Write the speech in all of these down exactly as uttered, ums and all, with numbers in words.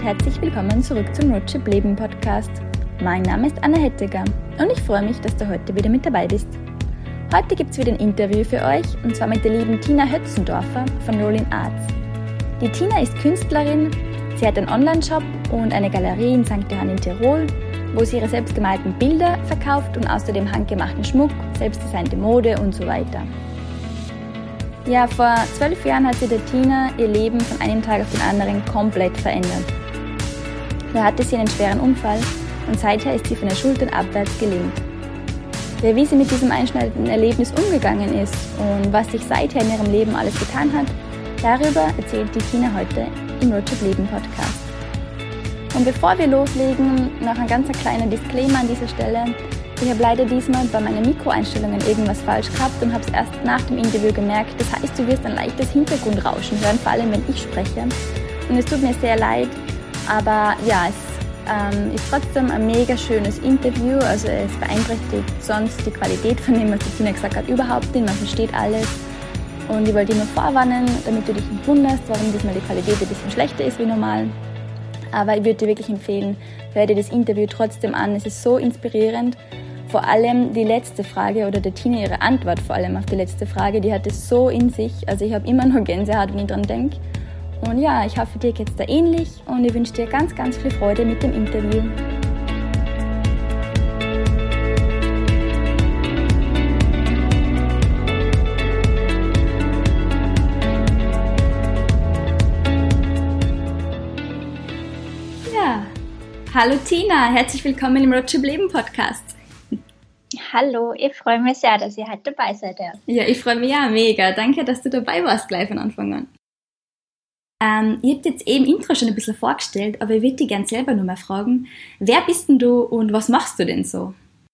herzlich willkommen zurück zum Roadtrip Leben Podcast. Mein Name ist Anna Hetteger und ich freue mich, dass du heute wieder mit dabei bist. Heute gibt es wieder ein Interview für euch und zwar mit der lieben Tina Hötzendorfer von Rollin Arts. Die Tina ist Künstlerin, sie hat einen Online-Shop und eine Galerie in Sankt Johann in Tirol, wo sie ihre selbstgemalten Bilder verkauft und außerdem handgemachten Schmuck, selbstdesignte Mode und so weiter. Ja, vor zwölf Jahren hat sie der Tina ihr Leben von einem Tag auf den anderen komplett verändert. Da hatte sie einen schweren Unfall und seither ist sie von den Schultern abwärts gelähmt. Ja, wie sie mit diesem einschneidenden Erlebnis umgegangen ist und was sich seither in ihrem Leben alles getan hat, darüber erzählt die Tina heute im Roadtrip Leben Podcast. Und bevor wir loslegen, noch ein ganz kleiner Disclaimer an dieser Stelle. Ich habe leider diesmal bei meinen Mikroeinstellungen irgendwas falsch gehabt und habe es erst nach dem Interview gemerkt. Das heißt, du wirst ein leichtes Hintergrundrauschen hören, vor allem wenn ich spreche. Und es tut mir sehr leid, aber ja, es ähm, ist trotzdem ein mega schönes Interview. Also es beeinträchtigt sonst die Qualität von dem, was die Tina gesagt hat, überhaupt nicht. Man versteht alles. Und ich wollte dich nur vorwarnen, damit du dich nicht wunderst, warum diesmal die Qualität ein bisschen schlechter ist wie normal. Aber ich würde dir wirklich empfehlen, hör dir das Interview trotzdem an. Es ist so inspirierend. Vor allem die letzte Frage oder der Tina ihre Antwort vor allem auf die letzte Frage, die hat es so in sich. Also ich habe immer noch Gänsehaut, wenn ich dran denke. Und ja, ich hoffe, dir geht es da ähnlich und ich wünsche dir ganz, ganz viel Freude mit dem Interview. Ja, hallo Tina, herzlich willkommen im Roadtrip Leben Podcast. Hallo, ich freue mich sehr, dass ihr heute dabei seid. Ja, ich freue mich auch mega. Danke, dass du dabei warst, gleich von Anfang an. Ähm, ich habe dir jetzt eben im Intro schon ein bisschen vorgestellt, aber ich würde dich gerne selber noch mal fragen, wer bist denn du und was machst du denn so?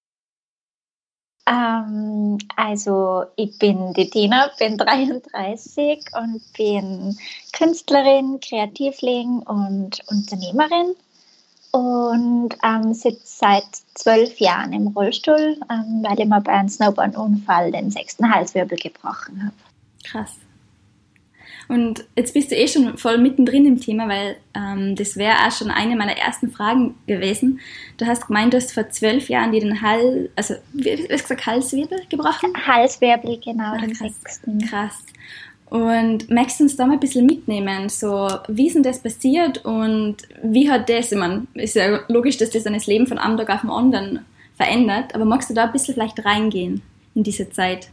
Ähm, also, ich bin die Tina, bin dreiunddreißig und bin Künstlerin, Kreativling und Unternehmerin. Und ähm, sitze seit zwölf Jahren im Rollstuhl, ähm, weil ich mir bei einem Snowboard-Unfall den sechsten Halswirbel gebrochen habe. Krass. Und jetzt bist du eh schon voll mittendrin im Thema, weil ähm, das wäre auch schon eine meiner ersten Fragen gewesen. Du hast gemeint, du hast vor zwölf Jahren dir den Hals, also wie hast du gesagt, Halswirbel gebrochen? Halswirbel, genau, Ach, den krass, sechsten. Krass. Und magst du uns da mal ein bisschen mitnehmen? So, wie ist denn das passiert und wie hat das, ich meine, ist ja logisch, dass das dann das Leben von einem Tag auf den anderen verändert, aber magst du da ein bisschen vielleicht reingehen in diese Zeit?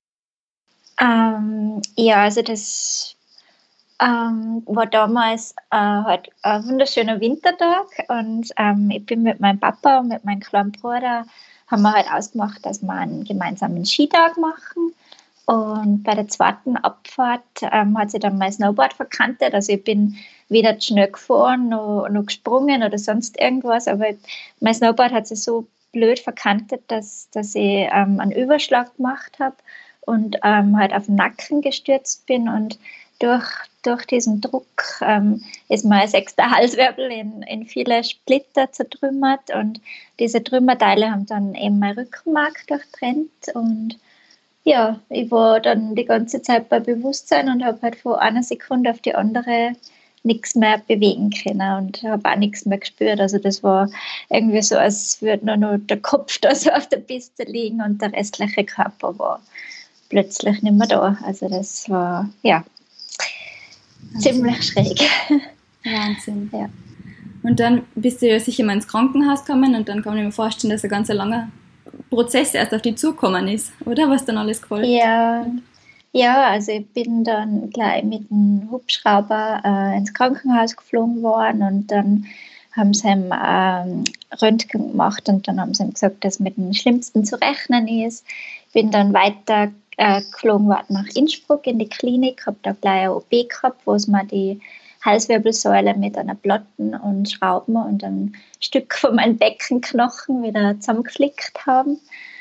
Ähm, ja, also das ähm, war damals äh, halt ein wunderschöner Wintertag und ähm, ich bin mit meinem Papa und mit meinem kleinen Bruder, haben wir halt ausgemacht, dass wir einen gemeinsamen Skitag machen. Und bei der zweiten Abfahrt ähm, hat sich dann mein Snowboard verkantet. Also ich bin weder schnell gefahren noch, noch gesprungen oder sonst irgendwas. Aber mein Snowboard hat sich so blöd verkantet, dass, dass ich ähm, einen Überschlag gemacht habe und ähm, halt auf den Nacken gestürzt bin. Und durch, durch diesen Druck ähm, ist mein sechster Halswirbel in, in viele Splitter zertrümmert. Und diese Trümmerteile haben dann eben mein Rückenmark durchtrennt. Und ja, ich war dann die ganze Zeit bei Bewusstsein und habe halt von einer Sekunde auf die andere nichts mehr bewegen können und habe auch nichts mehr gespürt. Also das war irgendwie so, als würde nur noch der Kopf da so auf der Piste liegen und der restliche Körper war plötzlich nicht mehr da. Also das war, ja, Wahnsinn. Ziemlich schräg. Wahnsinn. Ja. Und dann bist du ja sicher mal ins Krankenhaus gekommen und dann kann ich mir vorstellen, dass ein ganz langer Prozess erst auf dich zugekommen ist, oder? Was dann alles gefolgt? Ja, ja, also ich bin dann gleich mit dem Hubschrauber äh, ins Krankenhaus geflogen worden und dann haben sie ihm ähm, Röntgen gemacht und dann haben sie ihm gesagt, dass mit dem Schlimmsten zu rechnen ist. Bin dann weiter äh, geflogen worden nach Innsbruck in die Klinik, habe da gleich eine O P gehabt, wo es mir die Halswirbelsäule mit einer Platten und Schrauben und ein Stück von meinem Beckenknochen wieder zusammengeflickt haben.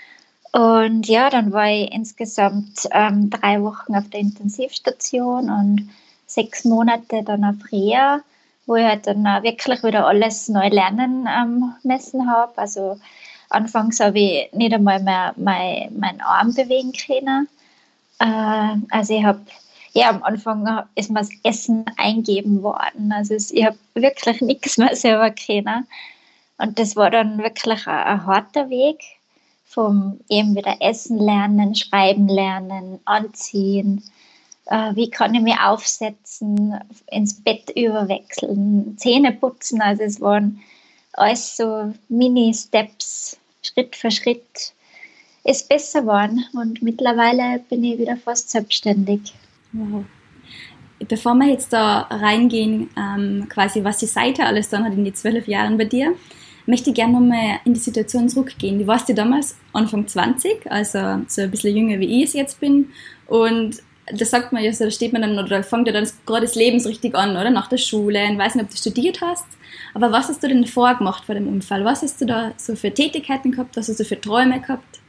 Und ja, dann war ich insgesamt ähm, drei Wochen auf der Intensivstation und sechs Monate dann auf Reha, wo ich halt dann auch wirklich wieder alles neu lernen ähm, müssen habe. Also anfangs habe ich nicht einmal mehr mein, meinen Arm bewegen können. Äh, also ich habe ja, am Anfang ist mir das Essen eingeben worden. Also es, ich habe wirklich nichts mehr selber können. Und das war dann wirklich ein, ein harter Weg, vom eben wieder Essen lernen, Schreiben lernen, Anziehen. Äh, wie kann ich mich aufsetzen, ins Bett überwechseln, Zähne putzen. Also es waren alles so Mini-Steps, Schritt für Schritt ist besser geworden. Und mittlerweile bin ich wieder fast selbstständig. Wow. Bevor wir jetzt da reingehen, ähm, quasi was die Seite alles dann hat in die zwölf Jahren bei dir, möchte ich gerne nochmal in die Situation zurückgehen. Du warst ja damals Anfang zwanzig, also so ein bisschen jünger, wie ich es jetzt bin. Und da sagt man ja so, da steht man dann, oder da fängt ja dann gerade das Leben so richtig an, oder? Nach der Schule. Ich weiß nicht, ob du studiert hast, aber was hast du denn vorgemacht vor dem Unfall? Was hast du da so für Tätigkeiten gehabt? Was hast du für Träume gehabt?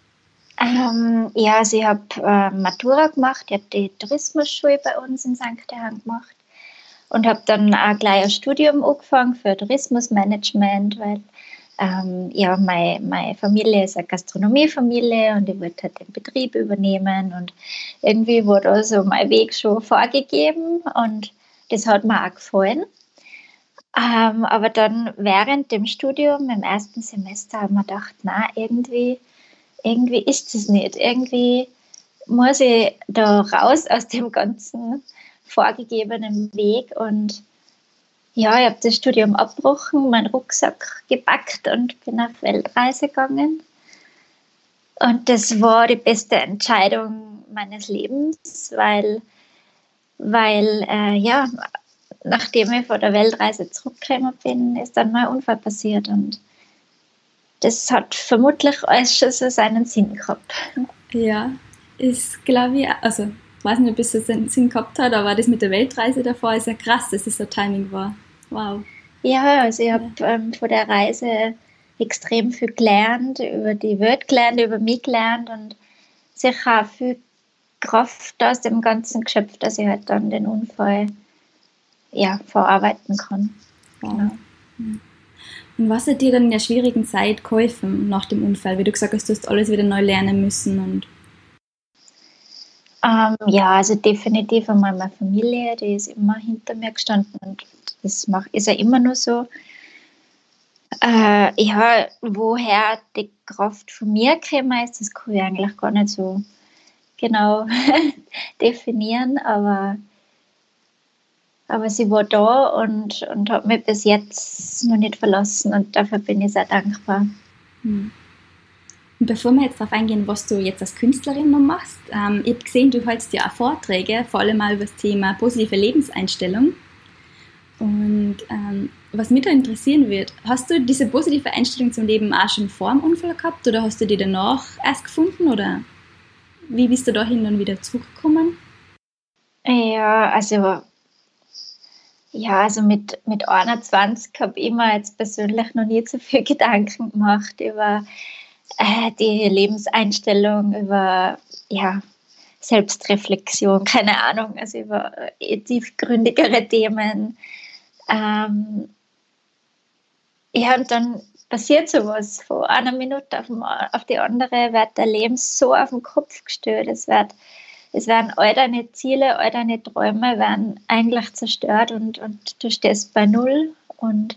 Ähm, ja, also ich habe äh, Matura gemacht, ich habe die Tourismusschule bei uns in Sankt Johann gemacht und habe dann auch gleich ein Studium angefangen für Tourismusmanagement, weil ähm, ja, meine, meine Familie ist eine Gastronomiefamilie und ich wollte halt den Betrieb übernehmen und irgendwie wurde also mein Weg schon vorgegeben und das hat mir auch gefallen. Ähm, aber dann während dem Studium, im ersten Semester, habe ich mir gedacht, na irgendwie irgendwie ist es nicht. Irgendwie muss ich da raus aus dem ganzen vorgegebenen Weg. Und ja, ich habe das Studium abgebrochen, meinen Rucksack gepackt und bin auf Weltreise gegangen. Und das war die beste Entscheidung meines Lebens, weil, weil äh, ja, nachdem ich von der Weltreise zurückgekommen bin, ist dann mein Unfall passiert. Und das hat vermutlich alles schon so seinen Sinn gehabt. Ja, ist glaube ich, also ich weiß nicht, ob es so seinen Sinn gehabt hat, aber das mit der Weltreise davor ist ja krass, dass das so Timing war. Wow. Ja, also ich habe ähm, von der Reise extrem viel gelernt, über die Welt gelernt, über mich gelernt und sicher auch viel Kraft aus dem Ganzen geschöpft, dass ich halt dann den Unfall ja, verarbeiten kann. Wow. Genau. Ja. Und was hat dir dann in der schwierigen Zeit geholfen nach dem Unfall? Wie du gesagt hast, du hast alles wieder neu lernen müssen. Und ähm, ja, also definitiv einmal meine Familie, die ist immer hinter mir gestanden und das ist ja immer nur so. Äh, ja, woher die Kraft von mir gekommen ist, das kann ich eigentlich gar nicht so genau definieren, aber Aber sie war da und, und hat mich bis jetzt noch nicht verlassen und dafür bin ich sehr dankbar. Hm. Und bevor wir jetzt darauf eingehen, was du jetzt als Künstlerin noch machst, ähm, ich habe gesehen, du hältst ja auch Vorträge, vor allem mal über das Thema positive Lebenseinstellung. Und ähm, was mich da interessieren wird, hast du diese positive Einstellung zum Leben auch schon vor dem Unfall gehabt oder hast du die danach erst gefunden oder wie bist du dahin dann wieder zurückgekommen? Ja, also Ja, also mit, mit einundzwanzig habe ich mir jetzt persönlich noch nie so viel Gedanken gemacht über äh, die Lebenseinstellung, über ja, Selbstreflexion, keine Ahnung, also über äh, tiefgründigere Themen. Ähm, ja, und dann passiert sowas von einer Minute auf, dem, auf die andere, wird dein Leben so auf den Kopf gestellt, es wird Es werden all deine Ziele, all deine Träume werden eigentlich zerstört und, und du stehst bei Null. Und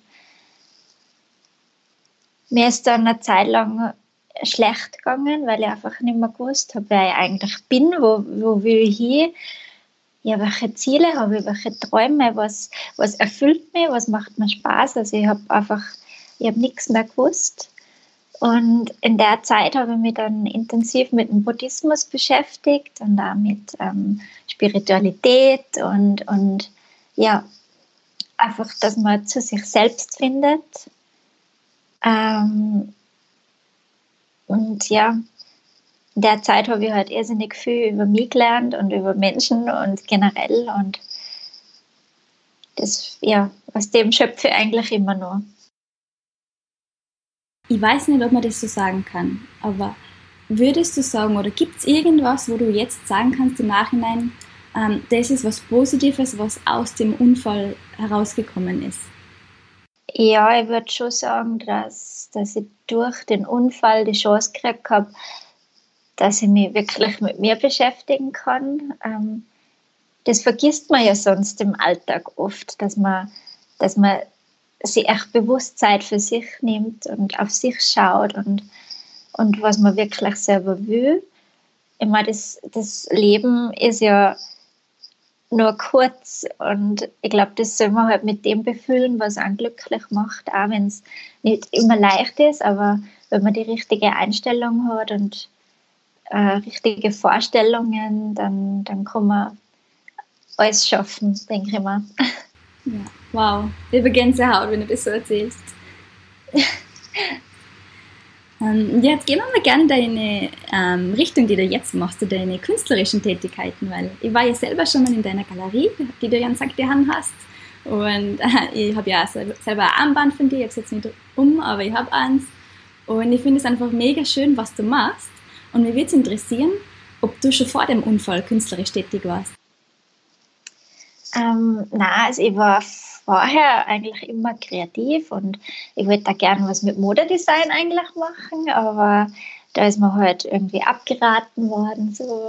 mir ist dann eine Zeit lang schlecht gegangen, weil ich einfach nicht mehr gewusst habe, wer ich eigentlich bin, wo, wo will ich hin, ja, welche Ziele habe ich, welche Träume, was, was erfüllt mich, was macht mir Spaß. Also ich habe einfach, ich habe nichts mehr gewusst. Und in der Zeit habe ich mich dann intensiv mit dem Buddhismus beschäftigt und auch mit ähm, Spiritualität und, und ja, einfach, dass man zu sich selbst findet. Ähm, und ja, in der Zeit habe ich halt irrsinnig viel über mich gelernt und über Menschen und generell und das, ja, aus dem schöpfe ich eigentlich immer noch. Ich weiß nicht, ob man das so sagen kann, aber würdest du sagen, oder gibt es irgendwas, wo du jetzt sagen kannst im Nachhinein, ähm, das ist was Positives, was aus dem Unfall herausgekommen ist? Ja, ich würde schon sagen, dass, dass ich durch den Unfall die Chance gekriegt habe, dass ich mich wirklich mit mir beschäftigen kann. Ähm, das vergisst man ja sonst im Alltag oft, dass man, dass man sich echt bewusst Zeit für sich nimmt und auf sich schaut und, und was man wirklich selber will. Ich meine, das, das Leben ist ja nur kurz und ich glaube, das soll man halt mit dem befüllen, was einen glücklich macht, auch wenn es nicht immer leicht ist, aber wenn man die richtige Einstellung hat und äh, richtige Vorstellungen, dann, dann kann man alles schaffen, denke ich mal. Ja, wow, ich habe Gänsehaut, wenn du das so erzählst. ähm, jetzt gehen wir mal gerne in deine ähm, Richtung, die du jetzt machst, zu deine künstlerischen Tätigkeiten, weil ich war ja selber schon mal in deiner Galerie, die du ja in Sankt Johann hast. Und äh, ich habe ja selber ein Armband von dir, ich habe es jetzt nicht um, aber ich habe eins. Und ich finde es einfach mega schön, was du machst. Und mich würde es interessieren, ob du schon vor dem Unfall künstlerisch tätig warst. Ähm, nein, also ich war vorher eigentlich immer kreativ und ich wollte da gerne was mit Modedesign eigentlich machen, aber da ist mir halt irgendwie abgeraten worden. So.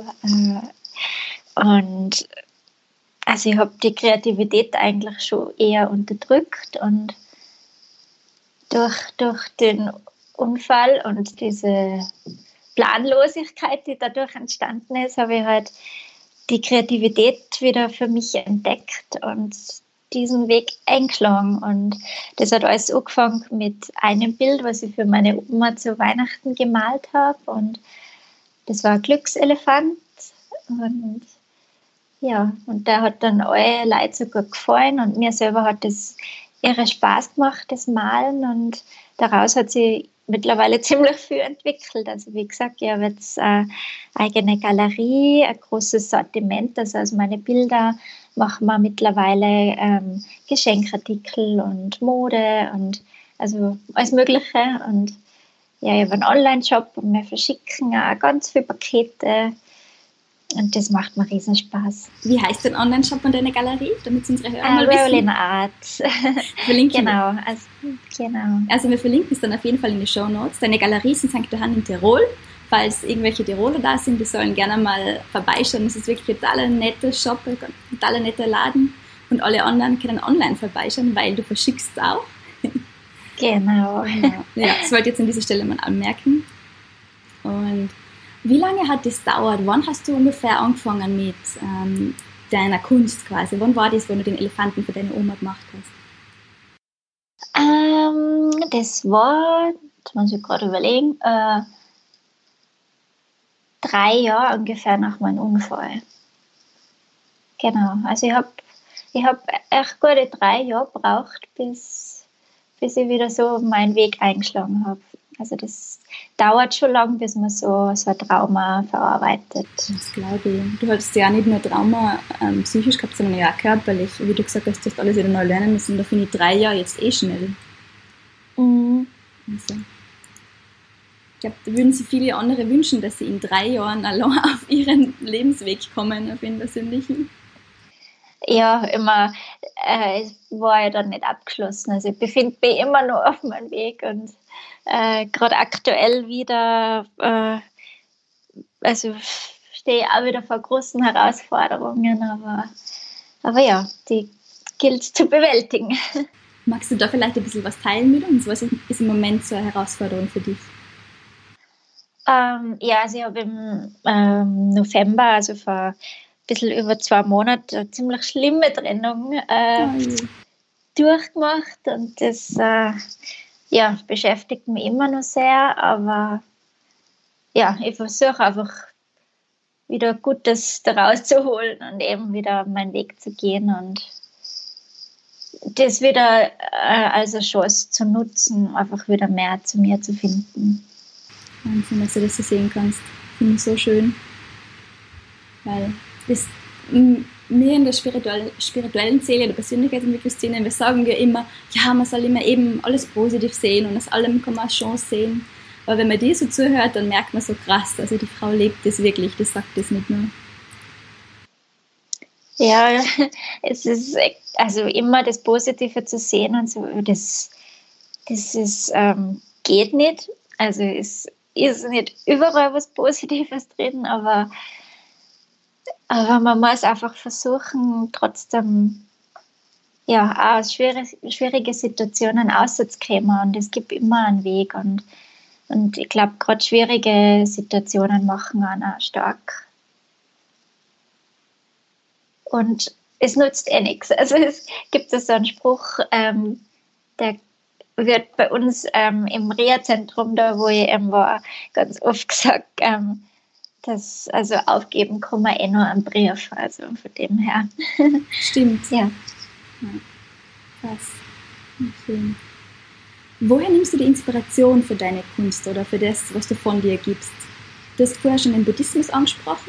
Und also ich habe die Kreativität eigentlich schon eher unterdrückt und durch, durch den Unfall und diese Planlosigkeit, die dadurch entstanden ist, habe ich halt die Kreativität wieder für mich entdeckt und diesen Weg eingeschlagen. Und das hat alles angefangen mit einem Bild, was ich für meine Oma zu Weihnachten gemalt habe. Und das war ein Glückselefant. Und ja, und der hat dann alle Leute sogar gefallen. Und mir selber hat das irre Spaß gemacht, das Malen. Und daraus hat sich mittlerweile ziemlich viel entwickelt. Also wie gesagt, ich habe jetzt eine eigene Galerie, ein großes Sortiment. Also aus meinen Bildern machen wir mittlerweile ähm, Geschenkartikel und Mode und also alles Mögliche. Und ja, ich habe einen Online-Shop und wir verschicken auch ganz viele Pakete. Und das macht mir riesen Spaß. Wie heißt dein Online-Shop und deine Galerie, damit unsere Hörer uh, mal wissen? Rolling Art. Verlinken genau, wir. also, genau. Also wir verlinken es dann auf jeden Fall in die Shownotes. Deine Galerie ist in Sankt Johann in Tirol. Falls irgendwelche Tiroler da sind, die sollen gerne mal vorbeischauen. Es ist wirklich ein total netter Shop, ein total netter Laden. Und alle anderen können online vorbeischauen, weil du verschickst auch. Genau. Ja, das wollte ich jetzt an dieser Stelle mal anmerken. Und wie lange hat das gedauert? Wann hast du ungefähr angefangen mit ähm, deiner Kunst quasi? Wann war das, wo du den Elefanten für deine Oma gemacht hast? Ähm, das war, jetzt muss ich gerade überlegen, äh, drei Jahre ungefähr nach meinem Unfall. Genau, also ich habe ich hab echt gute drei Jahre gebraucht, bis, bis ich wieder so meinen Weg eingeschlagen habe. Also das dauert schon lang, bis man so, so ein Trauma verarbeitet. Das glaube ich. Du hattest ja auch nicht nur Trauma ähm, psychisch gehabt, sondern ja auch körperlich. Wie du gesagt hast, du hast alles wieder neu lernen müssen. Da finde ich drei Jahre jetzt eh schnell. Mhm. Also, ich glaube, da würden sich viele andere wünschen, dass sie in drei Jahren allein auf ihren Lebensweg kommen, auf ihren persönlichen. Ja, immer, äh, es war ja dann nicht abgeschlossen. Also ich befinde mich immer noch auf meinem Weg und äh, gerade aktuell wieder, äh, also stehe ich auch wieder vor großen Herausforderungen, aber, aber ja, die gilt zu bewältigen. Magst du da vielleicht ein bisschen was teilen mit uns? Was ist im Moment so eine Herausforderung für dich? Ähm, ja, also ich habe im ähm, November, also vor ein bisschen über zwei Monaten, eine ziemlich schlimme Trennung äh, oh. durchgemacht und das äh, ja, beschäftigt mich immer noch sehr, aber ja, ich versuche einfach wieder Gutes daraus zu holen und eben wieder meinen Weg zu gehen und das wieder äh, als eine Chance zu nutzen, einfach wieder mehr zu mir zu finden. Wahnsinn, dass du das so sehen kannst. Finde ich so schön. Weil das, wir in der spirituellen, spirituellen Seele, der Persönlichkeitsentwicklungsszene, wir sagen ja immer, ja, man soll immer eben alles positiv sehen und aus allem kann man eine Chance sehen. Aber wenn man dir so zuhört, dann merkt man so krass, also die Frau lebt das wirklich, das sagt das nicht nur. Ja, es ist also immer das Positive zu sehen und so, das, das ist, ähm, geht nicht. Also es ist nicht überall was Positives drin, aber Aber man muss einfach versuchen, trotzdem ja, aus schwierig, schwierige Situationen rauszukommen. Und es gibt immer einen Weg. Und, und ich glaube, gerade schwierige Situationen machen einen auch stark. Und es nutzt eh nichts. Also es gibt so einen Spruch, ähm, der wird bei uns ähm, im Reha-Zentrum, da wo ich eben war, ganz oft gesagt, ähm, dass also aufgeben kann man eh nur einen Brief. Also von dem her. Stimmt. Ja. Krass. Schön. Woher nimmst du die Inspiration für deine Kunst oder für das, was du von dir gibst? Du hast vorher schon den Buddhismus angesprochen.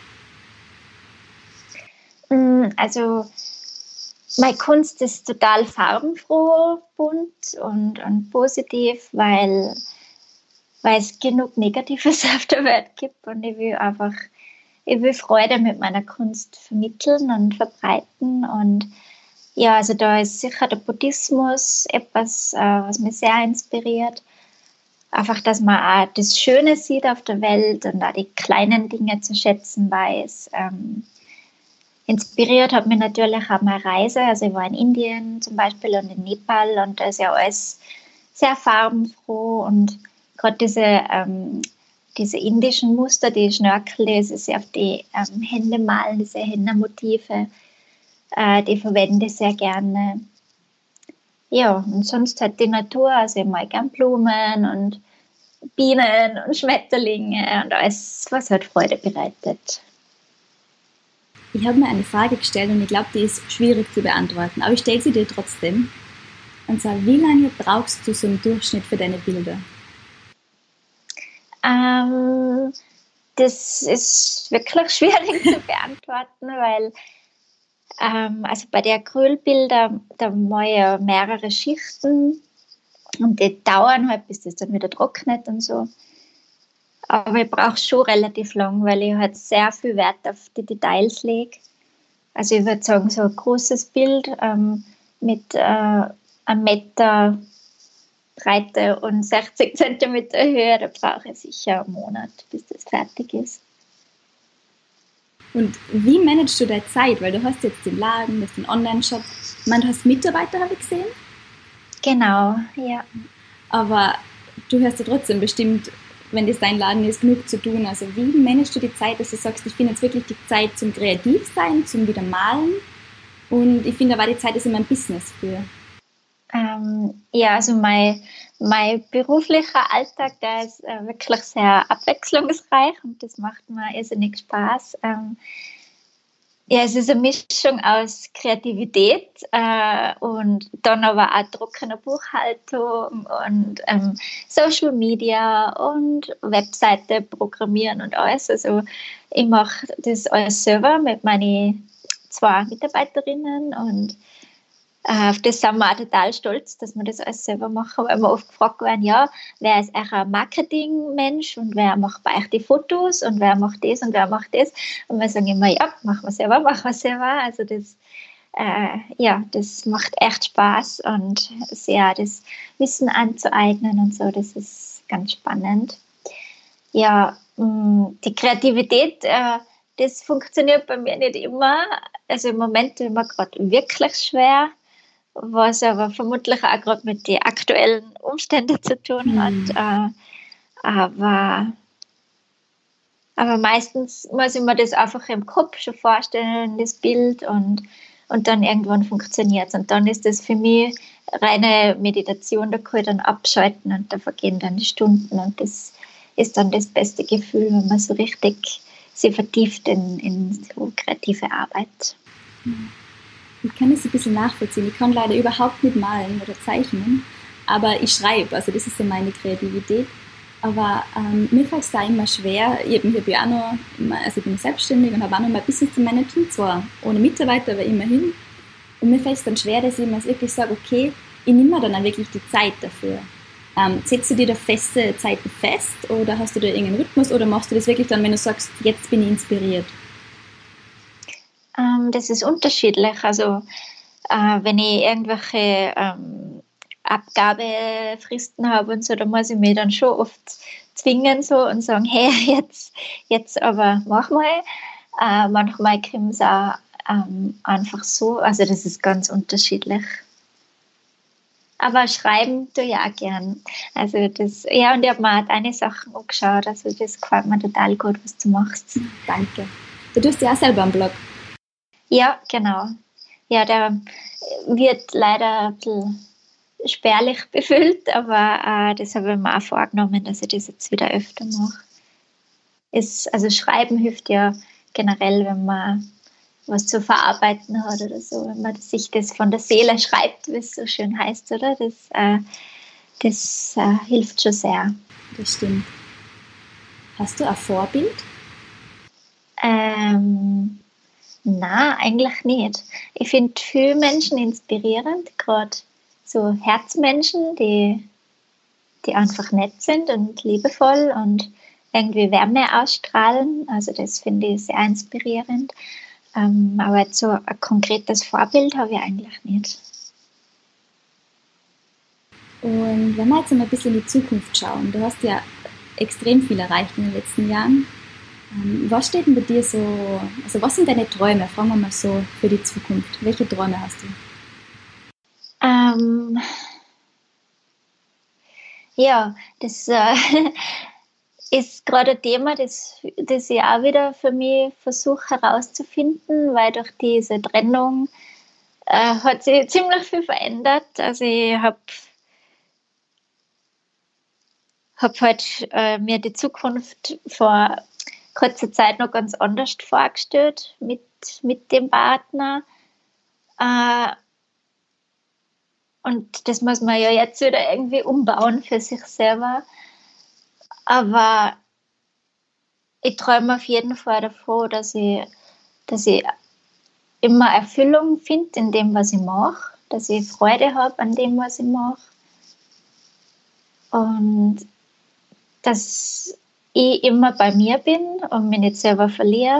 Also meine Kunst ist total farbenfroh, bunt und, und positiv, weil, weil es genug Negatives auf der Welt gibt und ich will einfach, ich will Freude mit meiner Kunst vermitteln und verbreiten. Und ja, also da ist sicher der Buddhismus etwas, was mich sehr inspiriert. Einfach, dass man auch das Schöne sieht auf der Welt und auch die kleinen Dinge zu schätzen weiß. Ähm, Inspiriert hat mich natürlich auch meine Reise. Also ich war in Indien zum Beispiel und in Nepal und da ist ja alles sehr farbenfroh und gerade diese, ähm, diese indischen Muster, die Schnörkel, die sie auf die ähm, Hände malen, diese Henna-Motive, äh, die verwende ich sehr gerne. Ja, und sonst halt die Natur, also ich mag gern Blumen und Bienen und Schmetterlinge und alles, was halt Freude bereitet. Ich habe mir eine Frage gestellt und ich glaube, die ist schwierig zu beantworten, aber ich stelle sie dir trotzdem. Und zwar, wie lange brauchst du so im Durchschnitt für deine Bilder? Ähm, das ist wirklich schwierig zu beantworten, weil ähm, also bei den Acrylbildern, da mache ich ja mehrere Schichten und die dauern halt, bis das dann wieder trocknet und so. Aber ich brauche schon relativ lang, weil ich halt sehr viel Wert auf die Details lege. Also ich würde sagen, so ein großes Bild ähm, mit äh, einem Meter Breite und sechzig Zentimeter Höhe, da brauche ich sicher einen Monat, bis das fertig ist. Und wie managst du deine Zeit? Weil du hast jetzt den Laden, du hast den Online-Shop. Ich meine, du hast Mitarbeiter, habe ich gesehen. Genau, ja. Aber du hast ja trotzdem bestimmt, wenn das dein Laden ist, genug zu tun. Also wie managst du die Zeit, dass du sagst, ich finde jetzt wirklich die Zeit zum Kreativsein, zum wieder Malen und ich finde aber die Zeit ist immer ein Business für. Ähm, ja, also mein, mein beruflicher Alltag, der ist äh, wirklich sehr abwechslungsreich und das macht mir irrsinnig Spaß. Ähm, Ja, es ist eine Mischung aus Kreativität äh, und dann aber auch trockener Buchhaltung und ähm, Social Media und Webseite programmieren und alles. Also ich mache das alles selber mit meinen zwei Mitarbeiterinnen und äh, auf das sind wir auch total stolz, dass wir das alles selber machen, weil wir oft gefragt werden, ja, wer ist euer Marketingmensch und wer macht bei euch die Fotos und wer macht das und wer macht das? Und wir sagen immer, ja, machen wir selber, machen wir selber. Also das, äh, ja, das macht echt Spaß und sehr das Wissen anzueignen und so, das ist ganz spannend. Ja, mh, die Kreativität, äh, das funktioniert bei mir nicht immer. Also im Moment ist mir gerade wirklich schwer, was aber vermutlich auch gerade mit den aktuellen Umständen zu tun hat. Mhm. Äh, aber, aber meistens muss ich mir das einfach im Kopf schon vorstellen, das Bild, und, und dann irgendwann funktioniert es. Und dann ist das für mich reine Meditation, da kann ich dann abschalten und da vergehen dann die Stunden und das ist dann das beste Gefühl, wenn man so richtig sich vertieft in, in so kreative Arbeit. Mhm. Ich kann das ein bisschen nachvollziehen. Ich kann leider überhaupt nicht malen oder zeichnen, aber ich schreibe, also das ist so meine Kreativität. Aber ähm, mir fällt es da immer schwer, ich habe hab ja auch noch, immer, also ich bin selbstständig und habe auch noch mein Business zu managen, zwar ohne Mitarbeiter, aber immerhin. Und mir fällt es dann schwer, dass ich mir wirklich sage, okay, ich nehme mir dann auch wirklich die Zeit dafür. Ähm, setzt du dir da feste Zeiten fest oder hast du da irgendeinen Rhythmus oder machst du das wirklich dann, wenn du sagst, jetzt bin ich inspiriert? Das ist unterschiedlich. Also äh, wenn ich irgendwelche ähm, Abgabefristen habe und so, da muss ich mich dann schon oft zwingen so und sagen, hey, jetzt, jetzt aber mach mal. Äh, manchmal kommt es auch ähm, einfach so. Also das ist ganz unterschiedlich. Aber schreiben tue ich auch gern. Also das, ja, und ich habe mir auch deine Sachen angeschaut. Also das gefällt mir total gut, was du machst. Danke. Du tust ja auch selber einen Blog. Ja, genau. Ja, der wird leider ein bisschen spärlich befüllt, aber äh, das habe ich mir auch vorgenommen, dass ich das jetzt wieder öfter mache. Ist, also Schreiben hilft ja generell, wenn man was zu verarbeiten hat oder so, wenn man sich das von der Seele schreibt, wie es so schön heißt, oder? Das, äh, das äh, hilft schon sehr. Das stimmt. Hast du ein Vorbild? Ähm, na, eigentlich nicht. Ich finde viele Menschen inspirierend, gerade so Herzmenschen, die, die einfach nett sind und liebevoll und irgendwie Wärme ausstrahlen. Also das finde ich sehr inspirierend. Ähm, aber jetzt so ein konkretes Vorbild habe ich eigentlich nicht. Und wenn wir jetzt mal ein bisschen in die Zukunft schauen, du hast ja extrem viel erreicht in den letzten Jahren. Ähm, was steht denn bei dir so, also was sind deine Träume, fragen wir mal so, für die Zukunft? Welche Träume hast du? Ähm, ja, das äh, ist gerade ein Thema, das, das ich auch wieder für mich versuche herauszufinden, weil durch diese Trennung äh, hat sich ziemlich viel verändert. Also ich habe hab halt äh, mir die Zukunft vor kurzer Zeit noch ganz anders vorgestellt mit, mit dem Partner. Äh, und das muss man ja jetzt wieder irgendwie umbauen für sich selber. Aber ich träume auf jeden Fall davon, dass ich, dass ich immer Erfüllung finde in dem, was ich mache, dass ich Freude habe an dem, was ich mache. Und dass ich immer bei mir bin und mich nicht selber verliere.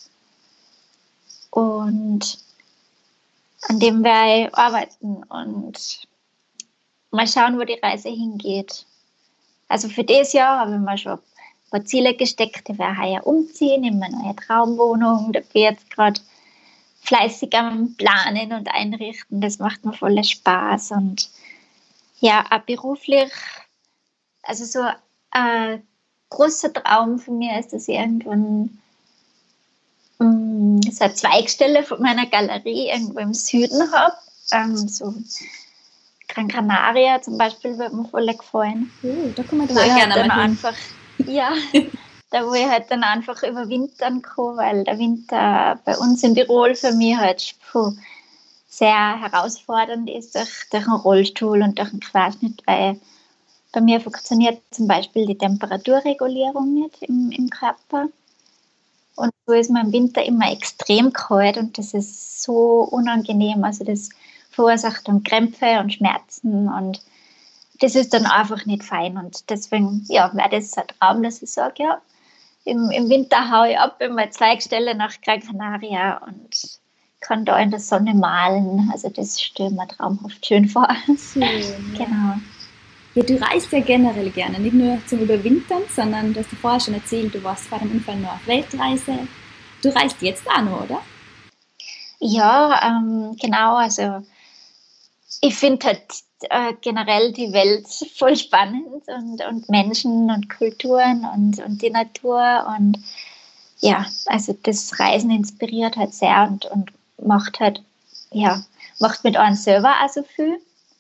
Und an dem werde ich arbeiten und mal schauen, wo die Reise hingeht. Also für dieses Jahr habe ich mir schon ein paar Ziele gesteckt. Ich werde heuer umziehen in meine neue Traumwohnung. Da bin ich jetzt gerade fleißig am Planen und Einrichten. Das macht mir voll Spaß. Und ja, auch beruflich, also so ein großer Traum von mir ist, dass ich irgendwann um, so eine Zweigstelle von meiner Galerie irgendwo im Süden habe. Ähm, so Gran Canaria zum Beispiel würde mir voll gefallen. Oh, da kann man Wo doch auch ich halt gerne dann mal hin. einfach, ja, da wo ich halt dann einfach überwintern kann, weil der Winter bei uns in Tirol für mich halt puh, sehr herausfordernd ist durch, durch einen Rollstuhl und durch einen Querschnitt, weil bei mir funktioniert zum Beispiel die Temperaturregulierung nicht im, im Körper. Und so ist mir im Winter immer extrem kalt und das ist so unangenehm. Also das verursacht dann Krämpfe und Schmerzen und das ist dann einfach nicht fein. Und deswegen ja, wäre das ein Traum, dass ich sage, ja, im, im Winter haue ich ab in meine Zweigstelle nach Gran Canaria und kann da in der Sonne malen. Also das stelle ich mir traumhaft schön vor. Schön, ja. Genau. Ja, du reist ja generell gerne, nicht nur zum Überwintern, sondern du hast ja vorher schon erzählt, du warst vor dem Unfall noch auf Weltreise. Du reist jetzt auch noch, oder? Ja, ähm, genau. Also ich finde halt äh, generell die Welt voll spannend und, und Menschen und Kulturen und, und die Natur. Und ja, also das Reisen inspiriert halt sehr und, und macht halt, ja, macht mit einem selber auch so viel.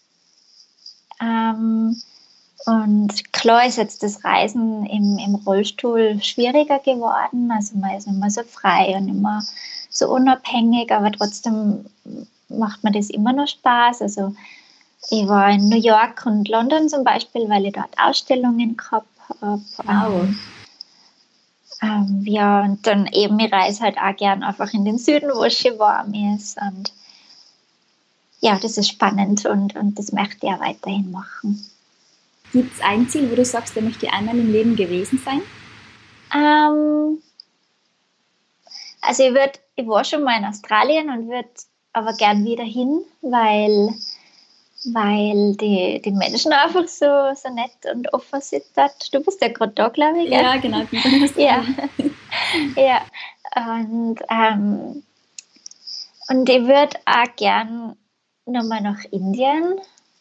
Ähm, und klar ist jetzt das Reisen im, im Rollstuhl schwieriger geworden. Also man ist nicht mehr so frei und immer so unabhängig, aber trotzdem macht mir das immer noch Spaß. Also ich war in New York und London zum Beispiel, weil ich dort Ausstellungen gehabt habe. Wow. Ähm, ähm, ja, und dann eben, ich reise halt auch gern einfach in den Süden, wo es schön warm ist. Und ja, das ist spannend und, und das möchte ich auch weiterhin machen. Gibt es ein Ziel, wo du sagst, da möchte ich einmal im Leben gewesen sein? Ähm, also ich, würd, ich war schon mal in Australien und würde aber gern wieder hin, weil, weil die, die Menschen einfach so, so nett und offen sind dort. Du bist ja gerade da, glaube ich, gell? Ja, genau. Ja, ja. Und, ähm, und ich würde auch gern nochmal nach Indien.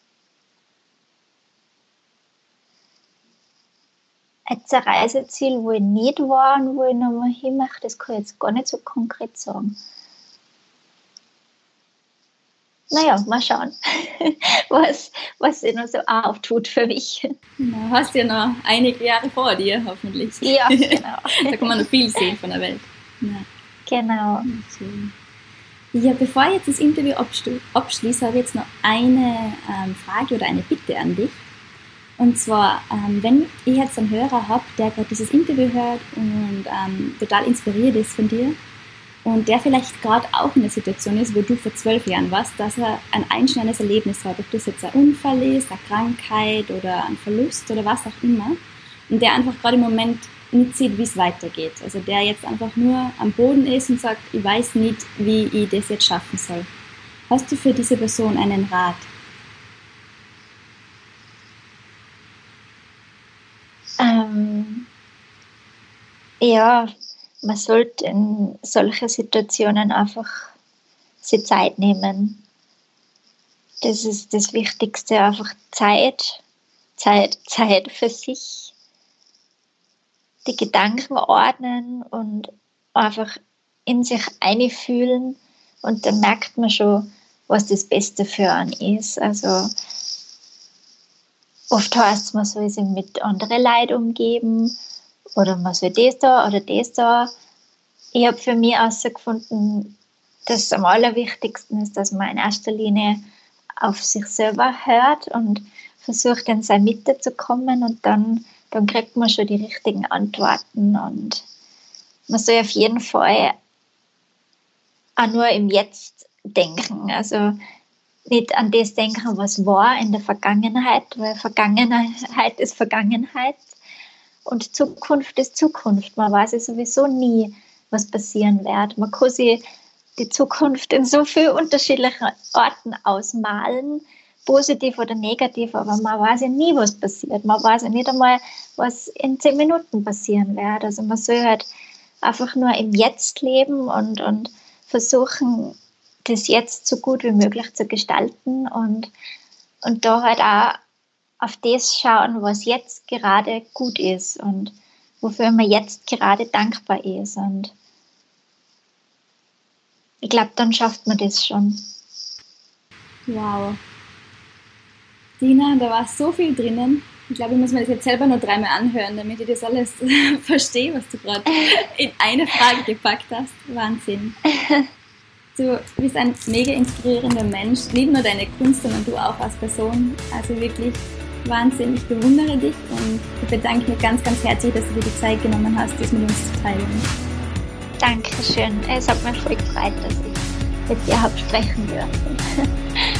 Jetzt ein Reiseziel, wo ich nicht war und wo ich nochmal hin möchte, das kann ich jetzt gar nicht so konkret sagen. Naja, mal schauen, was, was sich noch so auftut für mich. Du hast ja noch einige Jahre vor dir, hoffentlich. Ja, genau. Da kann man noch viel sehen von der Welt. Ja. Genau. Schön. Ja, bevor ich jetzt das Interview abschließe, habe ich jetzt noch eine ähm, Frage oder eine Bitte an dich. Und zwar, ähm, wenn ich jetzt einen Hörer habe, der gerade dieses Interview hört und ähm, total inspiriert ist von dir und der vielleicht gerade auch in der Situation ist, wo du vor zwölf Jahren warst, dass er ein einschneidendes Erlebnis hat, ob das jetzt ein Unfall ist, eine Krankheit oder ein Verlust oder was auch immer, und der einfach gerade im Moment nicht sieht, wie es weitergeht. Also der jetzt einfach nur am Boden ist und sagt, ich weiß nicht, wie ich das jetzt schaffen soll. Hast du für diese Person einen Rat? Ähm, ja, man sollte in solchen Situationen einfach sich Zeit nehmen. Das ist das Wichtigste, einfach Zeit, Zeit, Zeit für sich. Die Gedanken ordnen und einfach in sich einfühlen, und dann merkt man schon, was das Beste für einen ist. Also oft heißt es, man soll sich mit anderen Leuten umgeben oder man soll das da oder das da. Ich habe für mich herausgefunden, dass am allerwichtigsten ist, dass man in erster Linie auf sich selber hört und versucht, in seine Mitte zu kommen, und dann dann kriegt man schon die richtigen Antworten, und man soll auf jeden Fall auch nur im Jetzt denken, also nicht an das denken, was war in der Vergangenheit, weil Vergangenheit ist Vergangenheit und Zukunft ist Zukunft. Man weiß ja sowieso nie, was passieren wird. Man kann sich die Zukunft in so vielen unterschiedlichen Orten ausmalen, positiv oder negativ, aber man weiß ja nie, was passiert. Man weiß ja nicht einmal, was in zehn Minuten passieren wird. Also man soll halt einfach nur im Jetzt leben und, und versuchen, das Jetzt so gut wie möglich zu gestalten und, und da halt auch auf das schauen, was jetzt gerade gut ist und wofür man jetzt gerade dankbar ist. Und ich glaube, dann schafft man das schon. Wow. Tina, da war so viel drinnen. Ich glaube, ich muss mir das jetzt selber noch dreimal anhören, damit ich das alles verstehe, was du gerade in eine Frage gepackt hast. Wahnsinn. Du bist ein mega inspirierender Mensch, nicht nur deine Kunst, sondern du auch als Person. Also wirklich Wahnsinn, ich bewundere dich und ich bedanke mich ganz, ganz herzlich, dass du dir die Zeit genommen hast, das mit uns zu teilen. Dankeschön, es hat mich voll gefreut, dass ich mit dir habe sprechen dürfen.